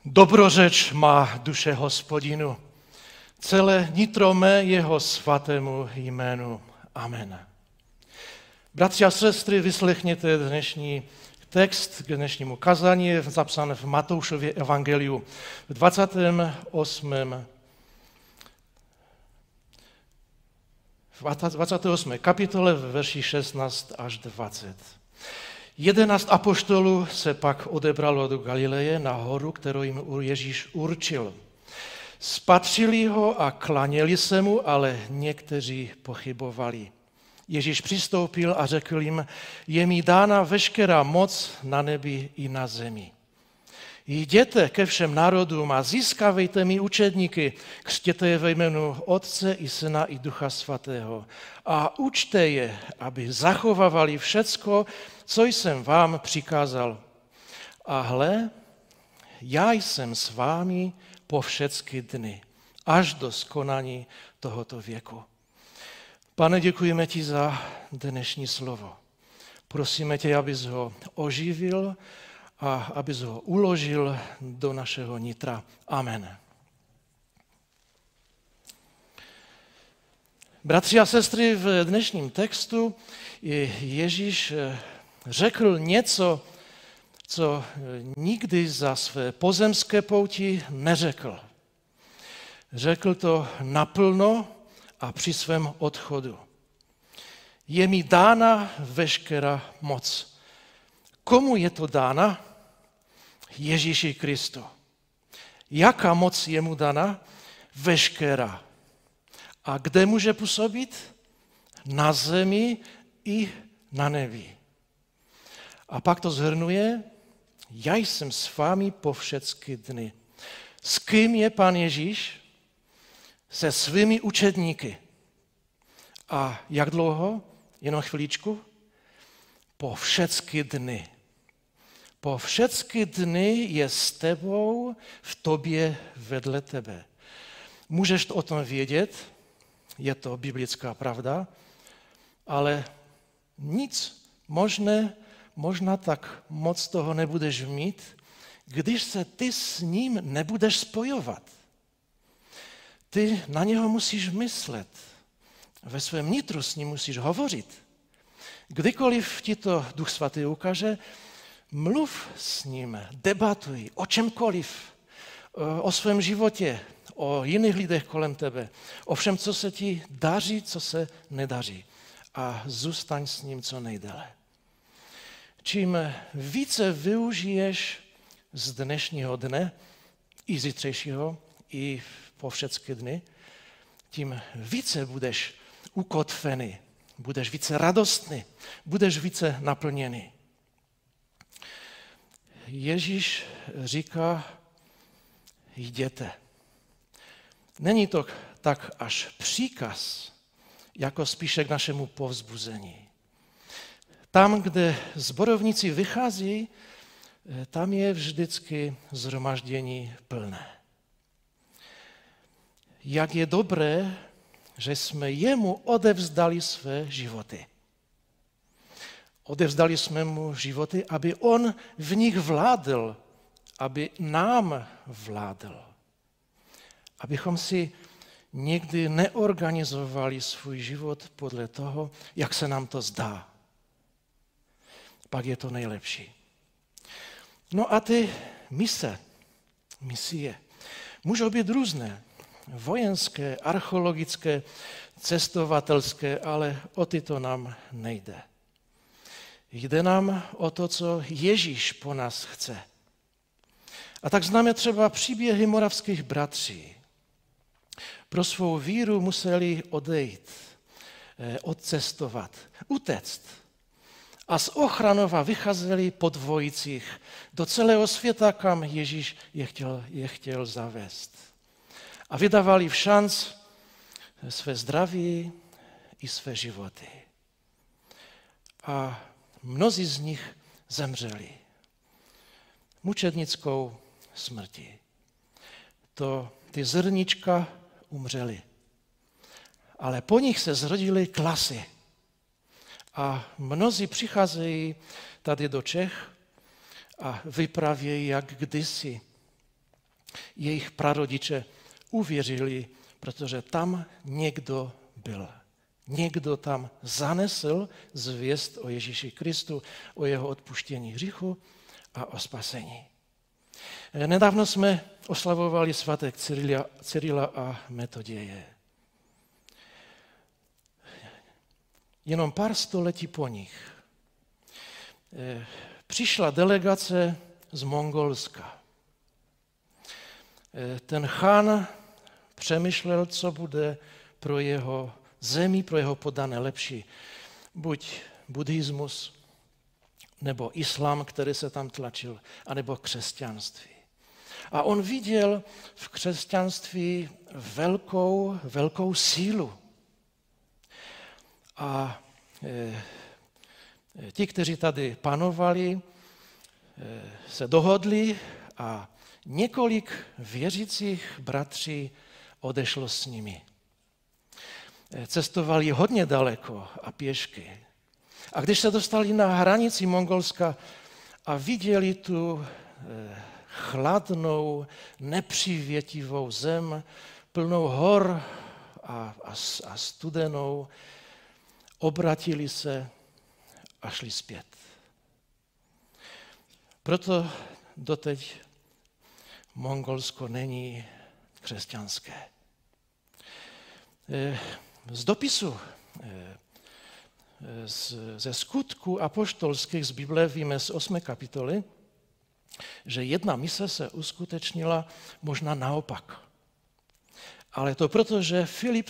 Dobrořeč má duše Hospodinu, celé nitro mé jeho svatému jménu. Amen. Bratři a sestry, vyslechněte dnešní text k dnešnímu kazání, je zapsán v Matoušově evangeliu v 28. kapitole v verši 16 až 20. 11 apoštolů se pak odebralo do Galileje na horu, kterou jim Ježíš určil. Spatřili ho a klaněli se mu, ale někteří pochybovali. Ježíš přistoupil a řekl jim, je mi dána veškerá moc na nebi i na zemi. Jděte ke všem národům a získávejte mi učedníky, křtěte je ve jménu Otce i Syna i Ducha Svatého a učte je, aby zachovávali všecko, co jsem vám přikázal. A hle, já jsem s vámi po všechny dny, až do skonání tohoto věku. Pane, děkujeme ti za dnešní slovo. Prosíme tě, abys ho oživil a abys ho uložil do našeho nitra. Amen. Bratři a sestry, v dnešním textu Ježíš řekl něco, co nikdy za své pozemské pouti neřekl. Řekl to naplno a při svém odchodu. Je mi dána veškerá moc. Komu je to dána? Ježíši Kristu. Jaká moc je mu dána? Veškerá. A kde může působit? Na zemi i na nebi. A pak to shrnuje, já jsem s vámi po všechny dny. S kým je Pán Ježíš? Se svými učedníky. A jak dlouho? Jenom chviličku? Po všechny dny. Po všechny dny je s tebou, v tobě, vedle tebe. Můžeš o tom vědět, je to biblická pravda, ale nic možná tak moc toho nebudeš mít, když se ty s ním nebudeš spojovat. Ty na něho musíš myslet. Ve svém nitru s ním musíš hovořit. Kdykoliv ti to Duch Svatý ukáže, mluv s ním, debatuj o čemkoliv, o svém životě, o jiných lidech kolem tebe, o všem, co se ti daří, co se nedaří. A zůstaň s ním co nejdéle. Čím více využiješ z dnešního dne, i zítřejšího, i po všechny dny, tím více budeš ukotvený, budeš více radostný, budeš více naplněný. Ježíš říká, jděte. Není to tak až příkaz, jako spíše k našemu povzbuzení. Tam, kde zborovníci vychází, tam je vždycky shromaždění plné. Jak je dobré, že jsme jemu odevzdali své životy. Odevzdali jsme mu životy, aby on v nich vládl, aby nám vládl. Abychom si někdy neorganizovali svůj život podle toho, jak se nám to zdá. Pak je to nejlepší. No a ty misie, můžou být různé. Vojenské, archeologické, cestovatelské, ale o tyto nám nejde. Jde nám o to, co Ježíš po nás chce. A tak známe třeba příběhy moravských bratří. Pro svou víru museli odejít, odcestovat, utéct. A z Ochranova vycházeli po dvojicích do celého světa, kam Ježíš je chtěl zavést. A vydávali všanc své zdraví i své životy. A mnozí z nich zemřeli mučednickou smrtí. Ty zrnička umřely. Ale po nich se zrodily klasy. A mnozí přicházejí tady do Čech a vyprávějí, jak kdysi Jejich prarodiče uvěřili, protože tam někdo byl. Někdo tam zanesl zvěst o Ježíši Kristu, o jeho odpuštění hříchu a o spasení. Nedávno jsme oslavovali svátek Cyrila a Metoděje. Jenom pár století po nich přišla delegace z Mongolska. Ten chán přemýšlel, co bude pro jeho zemi, pro jeho podané lepší. Buď buddhismus, nebo islám, který se tam tlačil, anebo křesťanství. A on viděl v křesťanství velkou sílu. A ti, kteří tady panovali, se dohodli a několik věřících bratří odešlo s nimi. Cestovali hodně daleko a pěšky. A když se dostali na hranici Mongolska a viděli tu chladnou, nepřívětivou zem, plnou hor a studenou, obratili se a šli zpět. Proto doteď Mongolsko není křesťanské. Z dopisu ze skutků apoštolských z Bible víme z 8. kapitoly, že jedna mise se uskutečnila možná naopak. Ale to proto, že Filip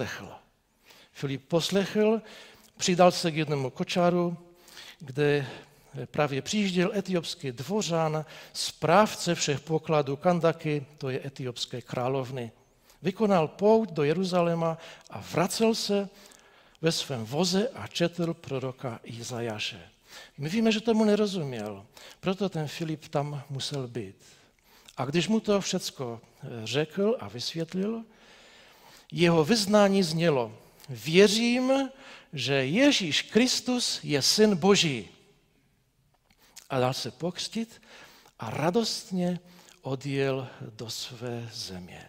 poslechl, přidal se k jednomu kočáru, kde právě přijížděl etiopský dvořan, správce všech pokladů Kandaky, to je etiopské královny. Vykonal pouť do Jeruzaléma a vracel se ve svém voze a četl proroka Izajáše. My víme, že tomu nerozuměl, proto ten Filip tam musel být. A když mu to všecko řekl a vysvětlil, jeho vyznání znělo: věřím, že Ježíš Kristus je Syn Boží. A dal se pokřtit a radostně odjel do své země.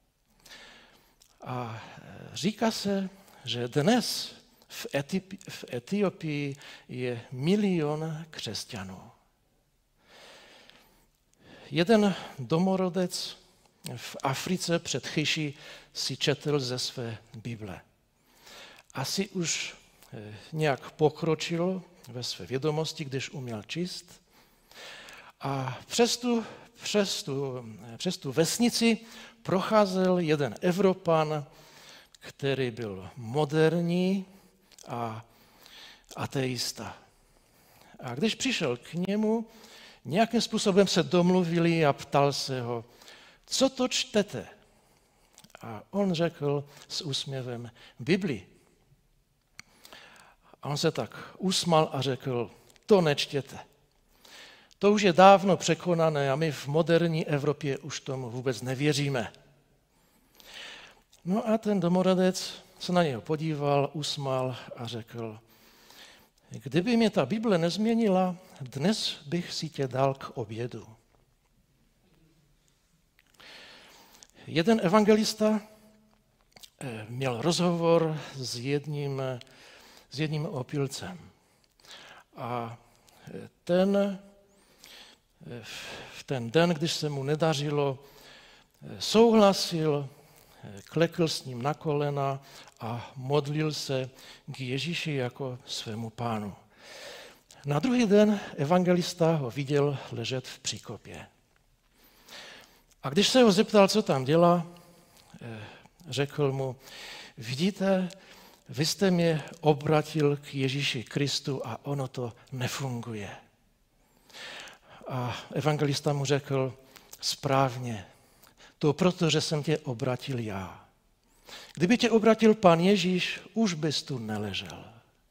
A říká se, že dnes v Etiopii je 1 milion křesťanů. Jeden domorodec v Africe před Chyší si četl ze své Bible. Asi už nějak pokročil ve své vědomosti, když uměl číst. A přes tu vesnici procházel jeden Evropan, který byl moderní a ateista. A když přišel k němu, nějakým způsobem se domluvili a ptal se ho: co to čtete? A on řekl s úsměvem: Bibli. A on se tak usmál a řekl: to nečtěte. To už je dávno překonané a my v moderní Evropě už tomu vůbec nevěříme. No a ten domorodec se na něho podíval, usmál a řekl: kdyby mě ta Bible nezměnila, dnes bych si tě dal k obědu. Jeden evangelista měl rozhovor s jedním opilcem. A v ten den, když se mu nedařilo, souhlasil, klekl s ním na kolena a modlil se k Ježíši jako svému pánu. Na druhý den evangelista ho viděl ležet v příkopě. A když se ho zeptal, co tam dělá, řekl mu: vidíte, vy jste mě obratil k Ježíši Kristu a ono to nefunguje. A evangelista mu řekl: správně, to proto, že jsem tě obratil já. Kdyby tě obratil Pán Ježíš, už bys tu neležel.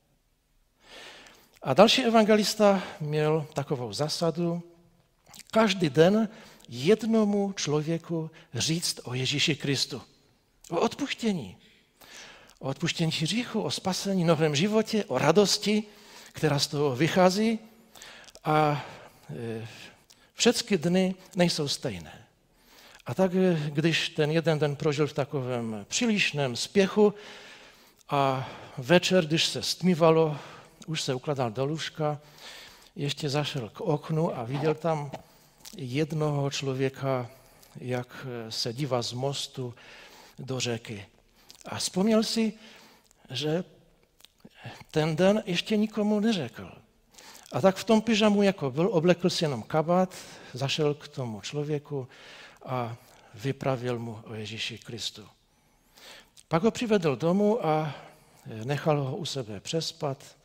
A další evangelista měl takovou zásadu: každý den jednomu člověku říct o Ježíši Kristu. O odpuštění. O odpuštění hříchu, o spasení, novém životě, o radosti, která z toho vychází. A všechny dny nejsou stejné. A tak, když ten jeden den prožil v takovém přílišném spěchu a večer, když se stmívalo, už se ukladal do lůžka, ještě zašel k oknu a viděl tam jednoho člověka, jak se dívá z mostu do řeky. A vzpomněl si, že ten den ještě nikomu neřekl. A tak v tom pyžamu, jako byl, oblekl si jenom kabát, zašel k tomu člověku a vyprávěl mu o Ježíši Kristu. Pak ho přivedl domů a nechal ho u sebe přespat.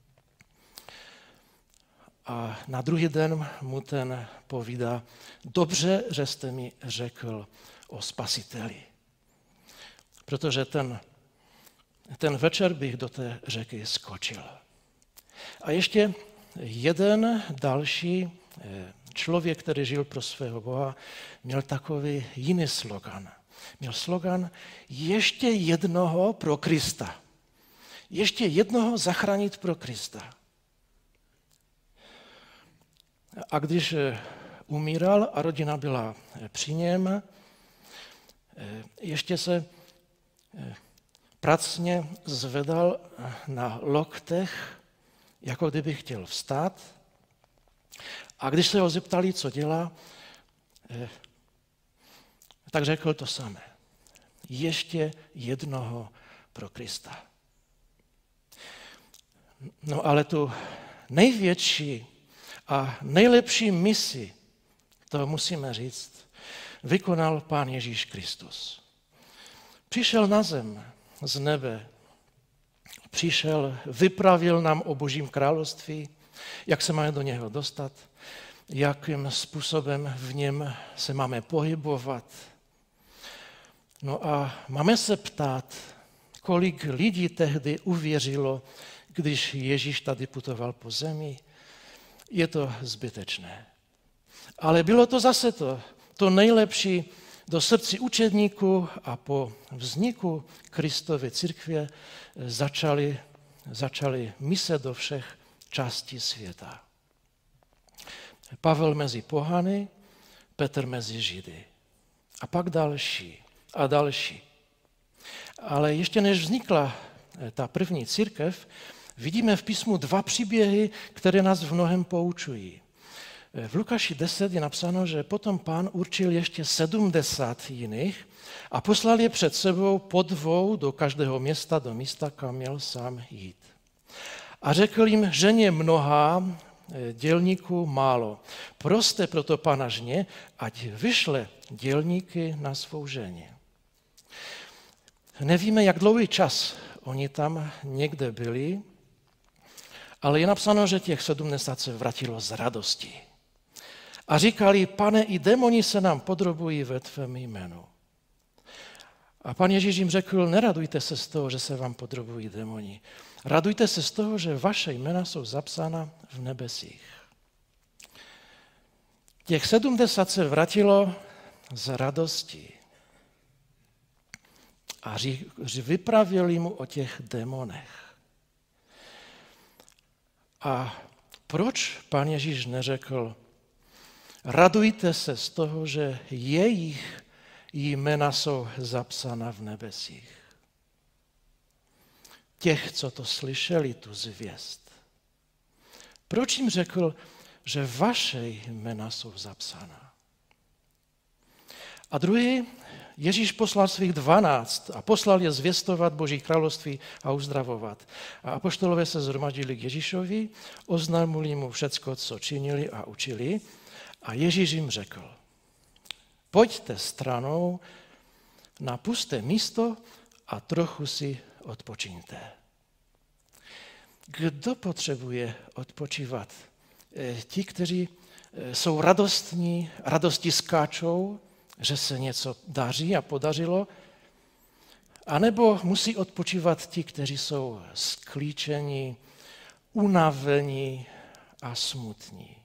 A na druhý den mu ten povídá, dobře, že jste mi řekl o Spasiteli. Protože ten večer bych do té řeky skočil. A ještě jeden další člověk, který žil pro svého Boha, měl takový jiný slogan. Měl slogan ještě jednoho pro Krista. Ještě jednoho zachránit pro Krista. A když umíral a rodina byla při něm, ještě se pracně zvedal na loktech, jako kdyby chtěl vstát. A když se ho zeptali, co dělá, tak řekl to samé. Ještě jednoho pro Krista. No ale tu největší a nejlepší misi, to musíme říct, vykonal Pán Ježíš Kristus. Přišel na zem z nebe, přišel, vyprávěl nám o Božím království, jak se máme do něho dostat, jakým způsobem v něm se máme pohybovat. No a máme se ptát, kolik lidí tehdy uvěřilo, když Ježíš tady putoval po zemi. Je to zbytečné. Ale bylo to zase to nejlepší do srdcí učedníků a po vzniku Kristovy církve začaly mise do všech částí světa. Pavel mezi pohany, Petr mezi Židy. A pak další a další. Ale ještě než vznikla ta první církev, vidíme v písmu dva příběhy, které nás v mnohem poučují. V Lukáši 10 je napsáno, že potom Pán určil ještě 70 jiných a poslal je před sebou po dvou do každého města, do místa, kam měl sám jít. A řekl jim, ženě mnohá, dělníků málo. Proste proto Pána žně, ať vyšle dělníky na svou ženě. Nevíme, jak dlouhý čas oni tam někde byli, ale je napsáno, že těch 70 se vrátilo z radosti. A říkali, Pane, i démoni se nám podrobují ve tvém jménu. A Pán Ježíš jim řekl, neradujte se z toho, že se vám podrobují démoni. Radujte se z toho, že vaše jména jsou zapsána v nebesích. Těch 70 se vrátilo z radosti. A vyprávěli mu o těch démonech. A proč Pán Ježíš neřekl, radujte se z toho, že jejich jména jsou zapsána v nebesích. Těch, co to slyšeli, tu zvěst. Proč jim řekl, že vaše jména jsou zapsána? A druhý, Ježíš poslal svých 12 a poslal je zvěstovat Boží království a uzdravovat. A apoštolové se zhromadili k Ježíšovi, oznámili mu všecko, co činili a učili. A Ježíš jim řekl, pojďte stranou na pusté místo a trochu si odpočiňte. Kdo potřebuje odpočívat? Ti, kteří jsou radostní, radosti skáčou, že se něco daří a podařilo, anebo musí odpočívat ti, kteří jsou sklíčení, unavení a smutní.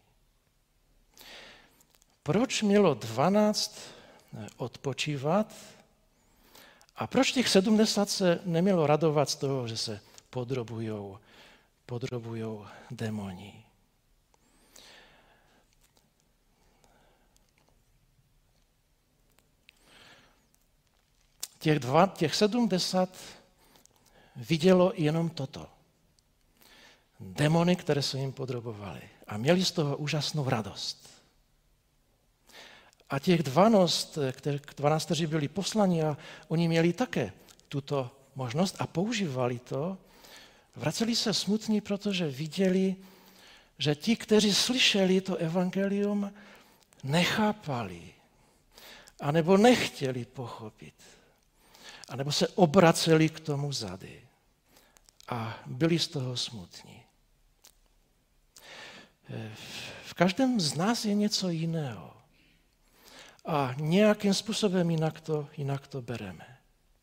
Proč mělo 12 odpočívat a proč těch 70 se nemělo radovat z toho, že se podrobujou démoni? Těch 70 vidělo jenom toto. Démony, které se jim podrobovaly. A měli z toho úžasnou radost. A těch 12, kteří byli poslani a oni měli také tuto možnost a používali to, vraceli se smutní, protože viděli, že ti, kteří slyšeli to evangelium, nechápali, anebo nechtěli pochopit, anebo se obraceli k tomu zady a byli z toho smutní. V každém z nás je něco jiného a nějakým způsobem jinak to bereme.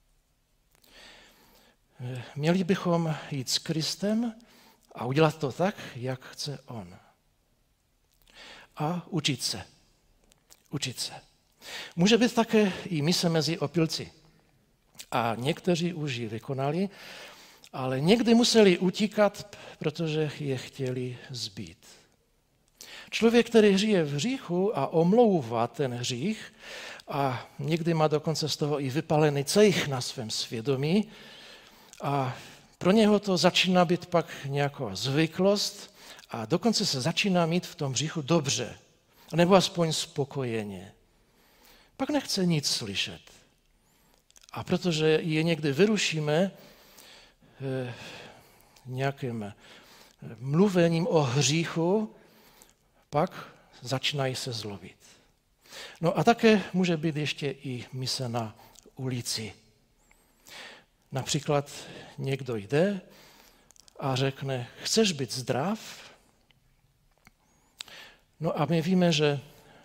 Měli bychom jít s Kristem a udělat to tak, jak chce on. A učit se. Učit se. Může být také i mise mezi opilci. A někteří už ji vykonali, ale někdy museli utíkat, protože je chtěli zbít. Člověk, který žije v hříchu a omlouvá ten hřích a někdy má dokonce z toho i vypálený cejch na svém svědomí a pro něho to začíná být pak nějaká zvyklost a dokonce se začíná mít v tom hříchu dobře, nebo aspoň spokojeně. Pak nechce nic slyšet. A protože je někdy vyrušíme nějakým mluvením o hříchu, pak začínají se zlobit. No a také může být ještě i mise na ulici. Například někdo jde a řekne, chceš být zdrav? No a my víme, že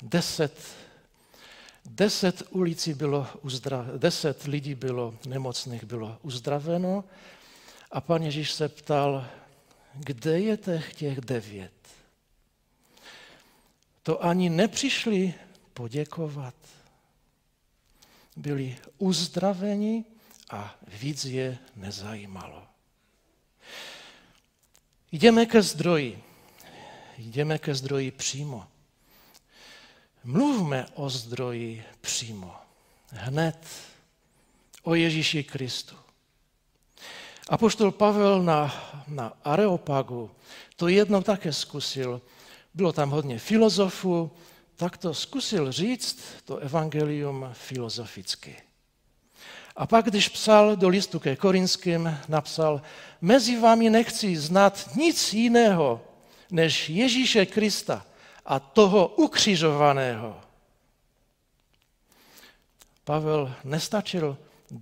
10 lidí bylo nemocných, bylo uzdraveno a Pán Ježíš se ptal, kde je těch 9? To ani nepřišli poděkovat. Byli uzdraveni a víc je nezajímalo. Jdeme ke zdroji přímo. Mluvme o zdroji přímo. Hned o Ježíši Kristu. Apoštol Pavel na Areopagu to jednou také zkusil. Bylo tam hodně filozofů, tak to zkusil říct, to evangelium filozoficky. A pak, když psal do listu ke Korinským, napsal, mezi vámi nechci znát nic jiného, než Ježíše Krista a toho ukřižovaného. Pavel nestačil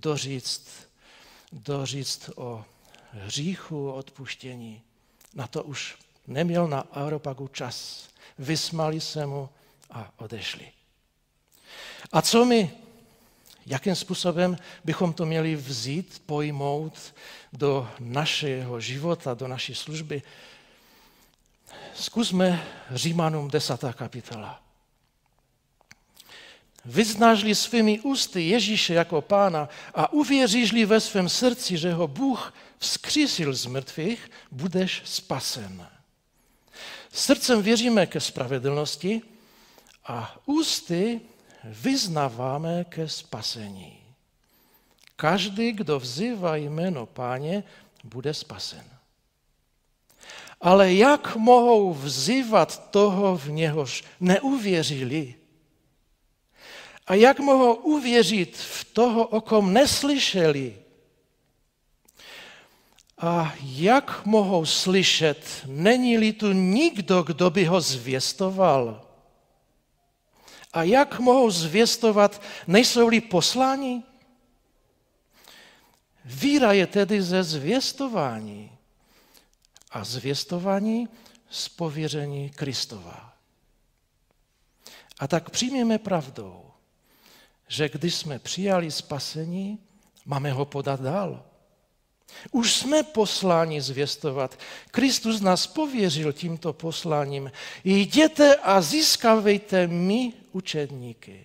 doříct o hříchu, o odpuštění. Na to už neměl na Areopagu čas. Vysmáli se mu a odešli. A co my? Jakým způsobem bychom to měli vzít, pojmout do našeho života, do naší služby? Zkusme Římanům 10. kapitola. Vyznáš-li svými ústy Ježíše jako Pána a uvěříš-li ve svém srdci, že ho Bůh vzkřísil z mrtvých, budeš spasen. Srdcem věříme ke spravedlnosti a ústy vyznáváme ke spasení. Každý, kdo vzývá jméno Páně, bude spasen. Ale jak mohou vzývat toho, v něhož neuvěřili? A jak mohou uvěřit v toho, o kom neslyšeli? A jak mohou slyšet, není-li tu nikdo, kdo by ho zvěstoval? A jak mohou zvěstovat, nejsou-li posláni? Víra je tedy ze zvěstování a zvěstování z pověření Kristova. A tak přijměme pravdou, že když jsme přijali spasení, máme ho podat dál. Už jsme posláni zvěstovat. Kristus nás pověřil tímto posláním. Jděte a získávejte my učedníky.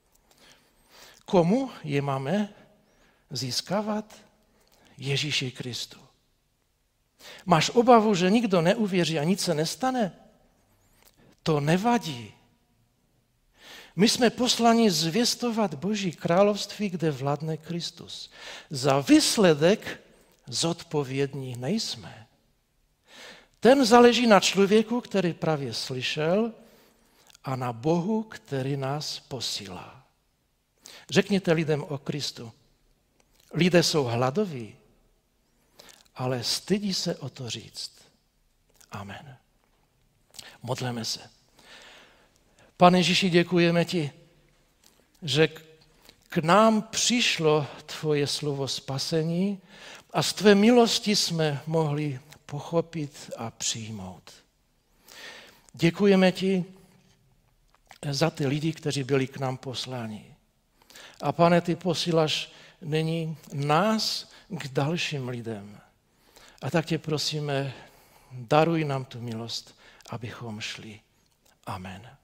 Komu je máme získávat? Ježíši Kristu. Máš obavu, že nikdo neuvěří a nic se nestane? To nevadí. My jsme poslani zvěstovat Boží království, kde vládne Kristus. Za výsledek zodpovědní nejsme. Ten záleží na člověku, který právě slyšel, a na Bohu, který nás posílá. Řekněte lidem o Kristu. Lidé jsou hladoví, ale stydí se o to říct. Amen. Modleme se. Pane Ježíši, děkujeme ti, že k nám přišlo tvoje slovo spasení a z tvé milosti jsme mohli pochopit a přijmout. Děkujeme ti za ty lidi, kteří byli k nám posláni. A Pane, ty posíláš nyní nás k dalším lidem. A tak tě prosíme, daruj nám tu milost, abychom šli. Amen.